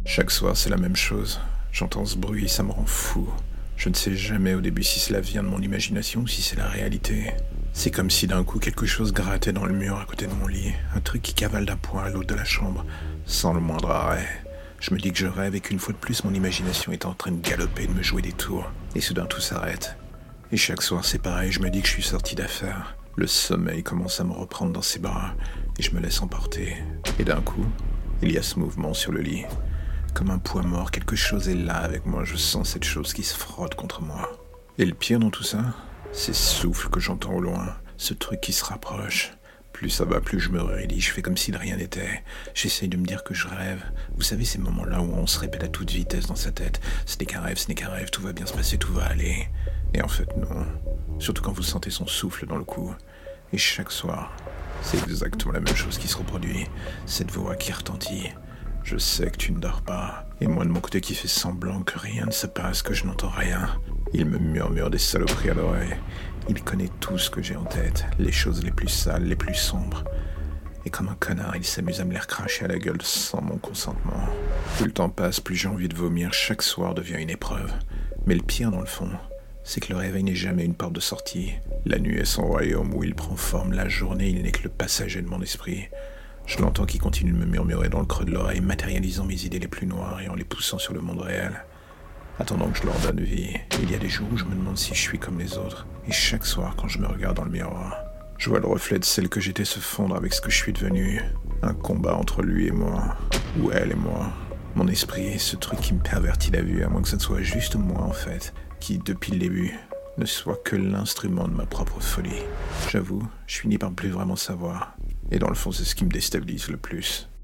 Chaque soir, c'est la même chose. J'entends ce bruit, ça me rend fou. Je ne sais jamais au début si cela vient de mon imagination ou si c'est la réalité. C'est comme si d'un coup quelque chose grattait dans le mur à côté de mon lit, un truc qui cavale d'un point à l'autre de la chambre, sans le moindre arrêt. Je me dis que je rêve et qu'une fois de plus mon imagination est en train de galoper et de me jouer des tours. Et soudain tout s'arrête. Et chaque soir c'est pareil, je me dis que je suis sorti d'affaire. Le sommeil commence à me reprendre dans ses bras et je me laisse emporter. Et d'un coup, il y a ce mouvement sur le lit. Comme un poids mort, quelque chose est là avec moi, je sens cette chose qui se frotte contre moi. Et le pire dans tout ça, c'est ce souffle que j'entends au loin, ce truc qui se rapproche. Plus ça va, plus je me raidis, je fais comme si de rien n'était. J'essaye de me dire que je rêve. Vous savez, ces moments-là où on se répète à toute vitesse dans sa tête. Ce n'est qu'un rêve, ce n'est qu'un rêve, tout va bien se passer, tout va aller. Et en fait, non. Surtout quand vous sentez son souffle dans le cou. Et chaque soir, c'est exactement la même chose qui se reproduit. Cette voix qui retentit. Je sais que tu ne dors pas. Et moi de mon côté qui fait semblant que rien ne se passe, que je n'entends rien. Il me murmure des saloperies à l'oreille. Il connaît tout ce que j'ai en tête, les choses les plus sales, les plus sombres. Et comme un connard, il s'amuse à me les recracher à la gueule sans mon consentement. Plus le temps passe, plus j'ai envie de vomir. Chaque soir devient une épreuve. Mais le pire dans le fond, c'est que le réveil n'est jamais une porte de sortie. La nuit est son royaume où il prend forme. La journée, il n'est que le passager de mon esprit. Je l'entends qui continue de me murmurer dans le creux de l'oreille, matérialisant mes idées les plus noires et en les poussant sur le monde réel. Attendant que je leur donne vie, il y a des jours où je me demande si je suis comme les autres. Et chaque soir, quand je me regarde dans le miroir, je vois le reflet de celle que j'étais se fondre avec ce que je suis devenu. Un combat entre lui et moi, ou elle et moi. Mon esprit, ce truc qui me pervertit la vue, à moins que ce ne soit juste moi en fait, qui, depuis le début, ne soit que l'instrument de ma propre folie. J'avoue, je finis par ne plus vraiment savoir. Et dans le fond, c'est ce qui me déstabilise le plus.